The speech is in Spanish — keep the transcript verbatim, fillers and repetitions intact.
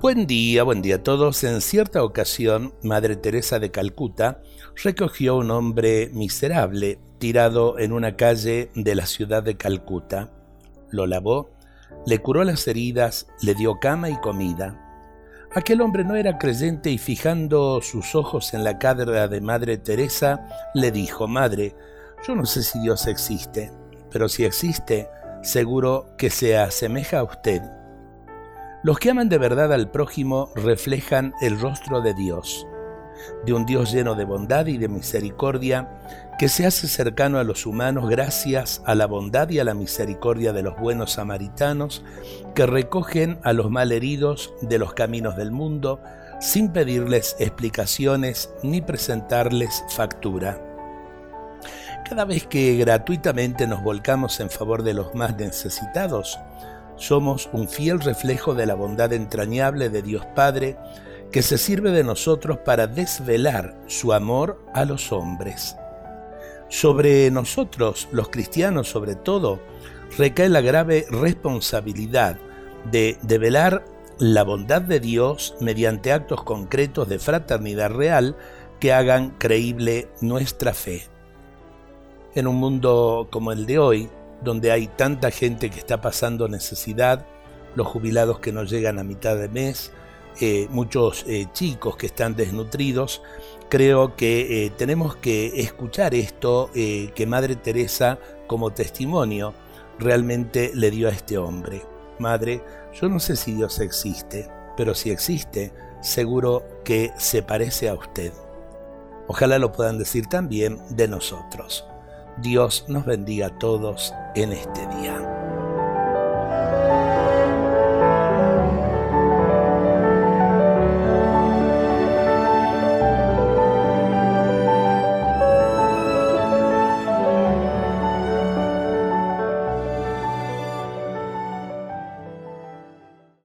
Buen día, buen día a todos. En cierta ocasión, Madre Teresa de Calcuta recogió a un hombre miserable tirado en una calle de la ciudad de Calcuta. Lo lavó, le curó las heridas, le dio cama y comida. Aquel hombre no era creyente y fijando sus ojos en la cara de Madre Teresa, le dijo: Madre, yo no sé si Dios existe, pero si existe, seguro que se asemeja a usted. Los que aman de verdad al prójimo reflejan el rostro de Dios, de un Dios lleno de bondad y de misericordia, que se hace cercano a los humanos gracias a la bondad y a la misericordia de los buenos samaritanos, que recogen a los malheridos de los caminos del mundo sin pedirles explicaciones ni presentarles factura. Cada vez que gratuitamente nos volcamos en favor de los más necesitados, somos un fiel reflejo de la bondad entrañable de Dios Padre, que se sirve de nosotros para desvelar su amor a los hombres. Sobre nosotros, los cristianos sobre todo, recae la grave responsabilidad de develar la bondad de Dios mediante actos concretos de fraternidad real que hagan creíble nuestra fe. En un mundo como el de hoy, donde hay tanta gente que está pasando necesidad, los jubilados que no llegan a mitad de mes, eh, muchos eh, chicos que están desnutridos, creo que eh, tenemos que escuchar esto eh, que Madre Teresa como testimonio realmente le dio a este hombre. Madre, yo no sé si Dios existe, pero si existe, seguro que se parece a usted. Ojalá lo puedan decir también de nosotros. Dios nos bendiga a todos en este día.